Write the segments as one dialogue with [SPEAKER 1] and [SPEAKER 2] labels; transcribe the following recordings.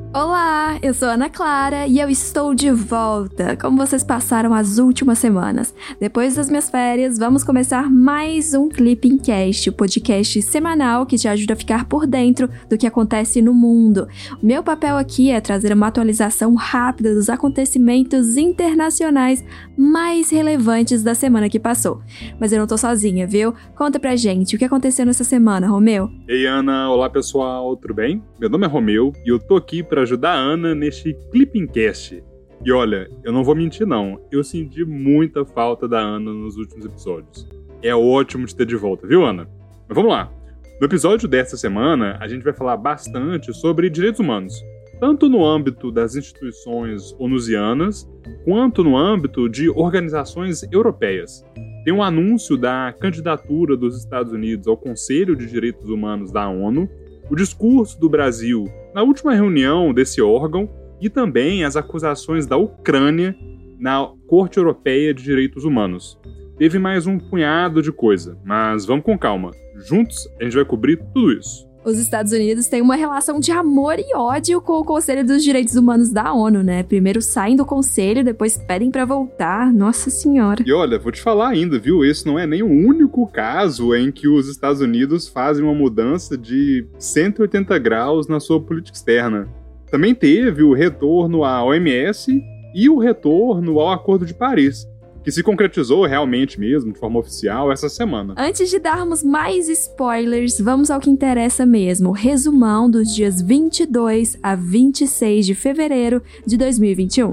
[SPEAKER 1] Olá, eu sou Ana Clara e eu estou de volta. Como vocês passaram as últimas semanas? Depois das minhas férias, vamos começar mais um Clippingcast, o podcast semanal que te ajuda a ficar por dentro do que acontece no mundo. O meu papel aqui é trazer uma atualização rápida dos acontecimentos internacionais mais relevantes da semana que passou. Mas eu não tô sozinha, viu? Conta pra gente, o que aconteceu nessa semana, Romeu?
[SPEAKER 2] Ei, Ana, olá pessoal, tudo bem? Meu nome é Romeu e eu tô aqui pra ajudar a Ana neste Clippingcast. E olha, eu não vou mentir não, eu senti muita falta da Ana nos últimos episódios. É ótimo te ter de volta, viu, Ana? Mas vamos lá. No episódio desta semana, a gente vai falar bastante sobre direitos humanos, tanto no âmbito das instituições onusianas, quanto no âmbito de organizações europeias. Tem um anúncio da candidatura dos Estados Unidos ao Conselho de Direitos Humanos da ONU, o discurso do Brasil na última reunião desse órgão e também as acusações da Ucrânia na Corte Europeia de Direitos Humanos. Teve mais um punhado de coisa, mas vamos com calma. Juntos a gente vai cobrir tudo isso.
[SPEAKER 1] Os Estados Unidos têm uma relação de amor e ódio com o Conselho dos Direitos Humanos da ONU, né? Primeiro saem do Conselho, depois pedem pra voltar. Nossa Senhora.
[SPEAKER 2] E olha, vou te falar ainda, viu? Esse não é nem o único caso em que os Estados Unidos fazem uma mudança de 180 graus na sua política externa. Também teve o retorno à OMS e o retorno ao Acordo de Paris, que se concretizou realmente mesmo, de forma oficial, essa semana.
[SPEAKER 1] Antes de darmos mais spoilers, vamos ao que interessa mesmo. Resumão dos dias 22 a 26 de fevereiro de 2021.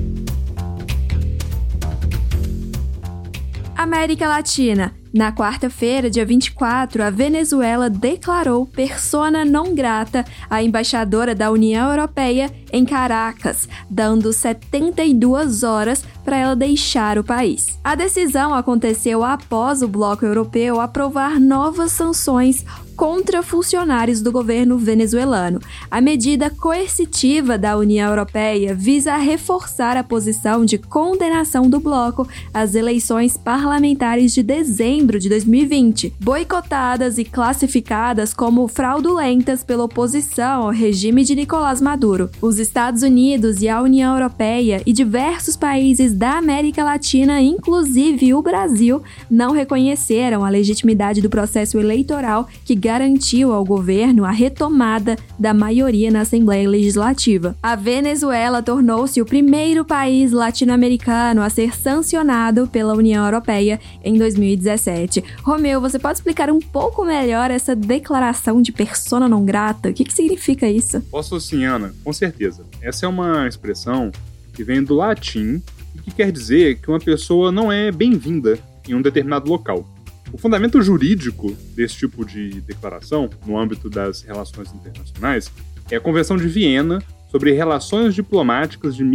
[SPEAKER 1] América Latina. Na quarta-feira, dia 24, a Venezuela declarou persona non grata à embaixadora da União Europeia em Caracas, dando 72 horas para ela deixar o país. A decisão aconteceu após o bloco europeu aprovar novas sanções contra funcionários do governo venezuelano. A medida coercitiva da União Europeia visa reforçar a posição de condenação do bloco às eleições parlamentares de dezembro de 2020, boicotadas e classificadas como fraudulentas pela oposição ao regime de Nicolás Maduro. Os Estados Unidos e a União Europeia e diversos países da América Latina, inclusive o Brasil, não reconheceram a legitimidade do processo eleitoral que garantiu ao governo a retomada da maioria na Assembleia Legislativa. A Venezuela tornou-se o primeiro país latino-americano a ser sancionado pela União Europeia em 2017. Romeu, você pode explicar um pouco melhor essa declaração de persona non grata? O que significa isso?
[SPEAKER 2] Posso sim, Ana, com certeza. Essa é uma expressão que vem do latim e que quer dizer que uma pessoa não é bem-vinda em um determinado local. O fundamento jurídico desse tipo de declaração, no âmbito das relações internacionais, é a Convenção de Viena sobre Relações Diplomáticas de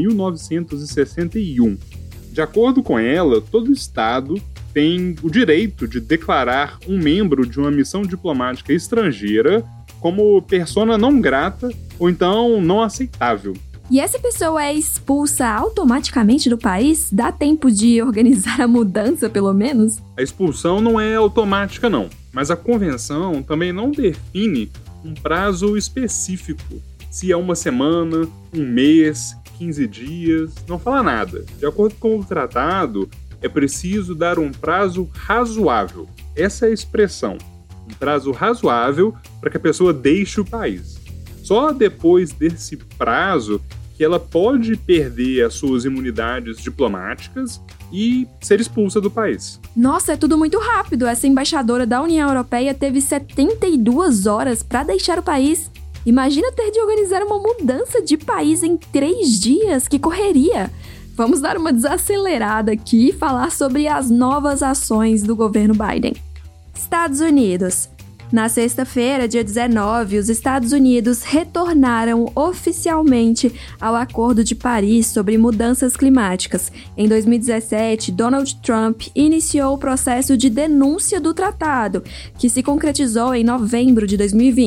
[SPEAKER 2] 1961. De acordo com ela, todo Estado tem o direito de declarar um membro de uma missão diplomática estrangeira como persona non grata ou então não aceitável.
[SPEAKER 1] E essa pessoa é expulsa automaticamente do país? Dá tempo de organizar a mudança, pelo menos?
[SPEAKER 2] A expulsão não é automática, não. Mas a convenção também não define um prazo específico. Se é uma semana, um mês, 15 dias, não fala nada. De acordo com o tratado, é preciso dar um prazo razoável. Essa é a expressão. Um prazo razoável para que a pessoa deixe o país. Só depois desse prazo que ela pode perder as suas imunidades diplomáticas e ser expulsa do país.
[SPEAKER 1] Nossa, é tudo muito rápido. Essa embaixadora da União Europeia teve 72 horas para deixar o país. Imagina ter de organizar uma mudança de país em 3 dias, que correria! Vamos dar uma desacelerada aqui e falar sobre as novas ações do governo Biden. Estados Unidos. Na sexta-feira, dia 19, os Estados Unidos retornaram oficialmente ao Acordo de Paris sobre mudanças climáticas. Em 2017, Donald Trump iniciou o processo de denúncia do tratado, que se concretizou em novembro de 2020.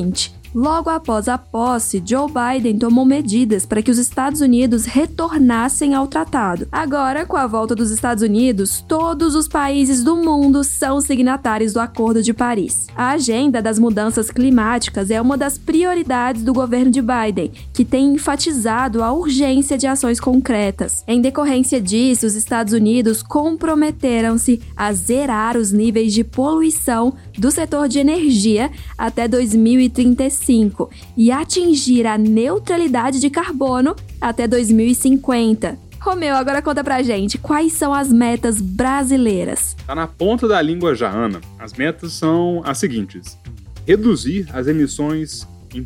[SPEAKER 1] Logo após a posse, Joe Biden tomou medidas para que os Estados Unidos retornassem ao tratado. Agora, com a volta dos Estados Unidos, todos os países do mundo são signatários do Acordo de Paris. A agenda das mudanças climáticas é uma das prioridades do governo de Biden, que tem enfatizado a urgência de ações concretas. Em decorrência disso, os Estados Unidos comprometeram-se a zerar os níveis de poluição do setor de energia até 2035 e atingir a neutralidade de carbono até 2050. Romeu, agora conta pra gente, quais são as metas brasileiras?
[SPEAKER 2] Tá na ponta da língua já, Ana. As metas são as seguintes: reduzir as emissões em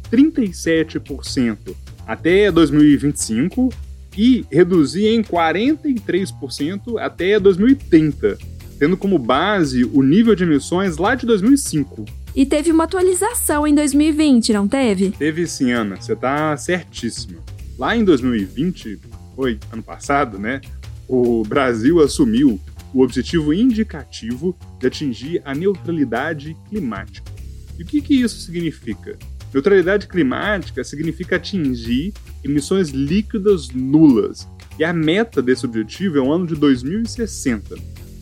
[SPEAKER 2] 37% até 2025 e reduzir em 43% até 2030, tendo como base o nível de emissões lá de 2005.
[SPEAKER 1] E teve uma atualização em 2020, não teve?
[SPEAKER 2] Teve sim, Ana. Você tá certíssima. Lá em 2020, foi ano passado, né? O Brasil assumiu o objetivo indicativo de atingir a neutralidade climática. E o que isso significa? Neutralidade climática significa atingir emissões líquidas nulas. E a meta desse objetivo é o ano de 2060.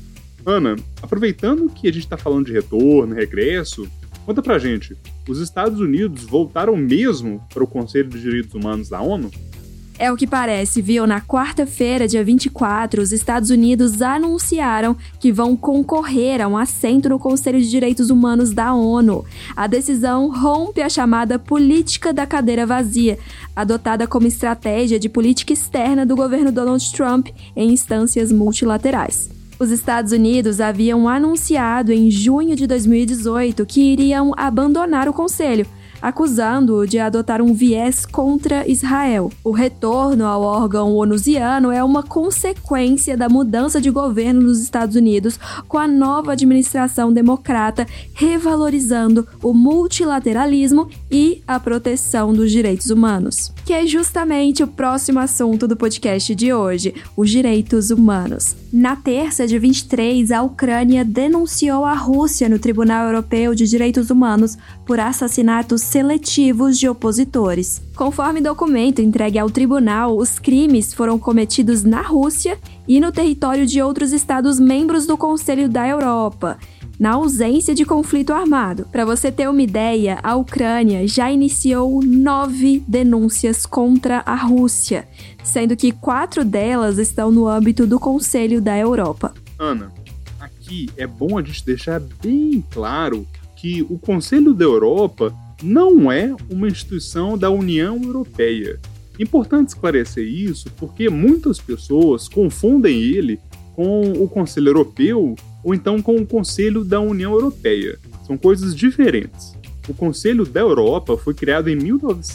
[SPEAKER 2] Ana, aproveitando que a gente está falando de retorno, regresso, conta pra gente, os Estados Unidos voltaram mesmo para o Conselho de Direitos Humanos da ONU?
[SPEAKER 1] É o que parece, viu? Na quarta-feira, dia 24, os Estados Unidos anunciaram que vão concorrer a um assento no Conselho de Direitos Humanos da ONU. A decisão rompe a chamada política da cadeira vazia, adotada como estratégia de política externa do governo Donald Trump em instâncias multilaterais. Os Estados Unidos haviam anunciado em junho de 2018 que iriam abandonar o Conselho, acusando-o de adotar um viés contra Israel. O retorno ao órgão onusiano é uma consequência da mudança de governo nos Estados Unidos, com a nova administração democrata revalorizando o multilateralismo e a proteção dos direitos humanos, que é justamente o próximo assunto do podcast de hoje, os direitos humanos. Na terça, dia 23, a Ucrânia denunciou a Rússia no Tribunal Europeu de Direitos Humanos por assassinatos seletivos de opositores. Conforme documento entregue ao tribunal, os crimes foram cometidos na Rússia e no território de outros Estados-membros do Conselho da Europa, na ausência de conflito armado. Para você ter uma ideia, a Ucrânia já iniciou 9 denúncias contra a Rússia, sendo que 4 delas estão no âmbito do Conselho da Europa.
[SPEAKER 2] Ana, aqui é bom a gente deixar bem claro que o Conselho da Europa não é uma instituição da União Europeia. É importante esclarecer isso porque muitas pessoas confundem ele com o Conselho Europeu ou então com o Conselho da União Europeia. São coisas diferentes. O Conselho da Europa foi criado em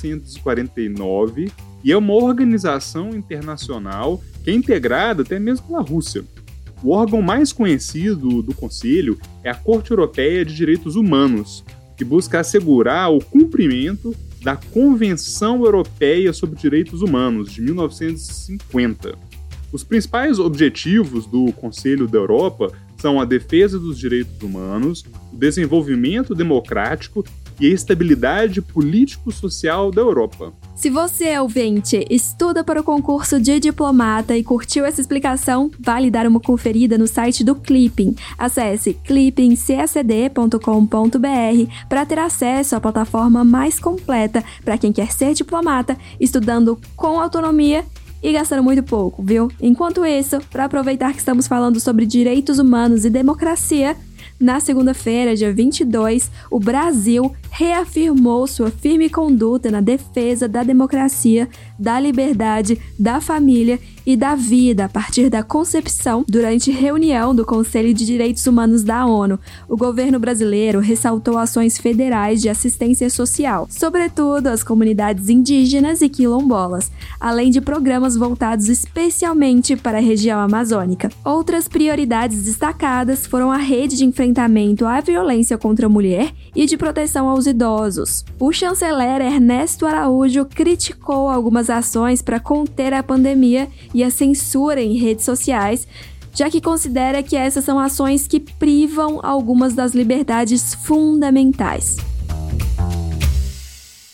[SPEAKER 2] 1949 e é uma organização internacional que é integrada até mesmo pela Rússia. O órgão mais conhecido do Conselho é a Corte Europeia de Direitos Humanos, que busca assegurar o cumprimento da Convenção Europeia sobre Direitos Humanos, de 1950. Os principais objetivos do Conselho da Europa são a defesa dos direitos humanos, o desenvolvimento democrático e a estabilidade político-social da Europa.
[SPEAKER 1] Se você, ouvinte, estuda para o concurso de diplomata e curtiu essa explicação, vale dar uma conferida no site do Clipping. Acesse clippingcsd.com.br para ter acesso à plataforma mais completa para quem quer ser diplomata, estudando com autonomia e gastando muito pouco, viu? Enquanto isso, para aproveitar que estamos falando sobre direitos humanos e democracia, na segunda-feira, dia 22, o Brasil reafirmou sua firme conduta na defesa da democracia, da liberdade, da família e da vida a partir da concepção durante reunião do Conselho de Direitos Humanos da ONU. O governo brasileiro ressaltou ações federais de assistência social, sobretudo às comunidades indígenas e quilombolas, além de programas voltados especialmente para a região amazônica. Outras prioridades destacadas foram a rede de enfrentamento à violência contra a mulher e de proteção aos idosos. O chanceler Ernesto Araújo criticou algumas ações para conter a pandemia e a censura em redes sociais, já que considera que essas são ações que privam algumas das liberdades fundamentais.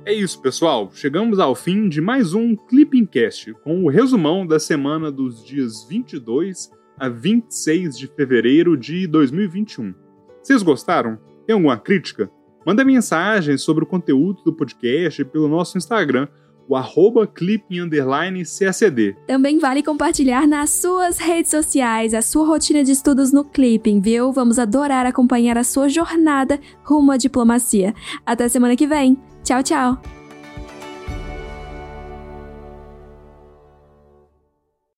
[SPEAKER 2] É isso, pessoal. Chegamos ao fim de mais um Clippingcast, com o resumão da semana dos dias 22 a 26 de fevereiro de 2021. Vocês gostaram? Tem alguma crítica? Manda mensagem sobre o conteúdo do podcast pelo nosso Instagram, o @clipping_CACD.
[SPEAKER 1] Também vale compartilhar nas suas redes sociais a sua rotina de estudos no Clipping, viu? Vamos adorar acompanhar a sua jornada rumo à diplomacia. Até semana que vem. Tchau, tchau!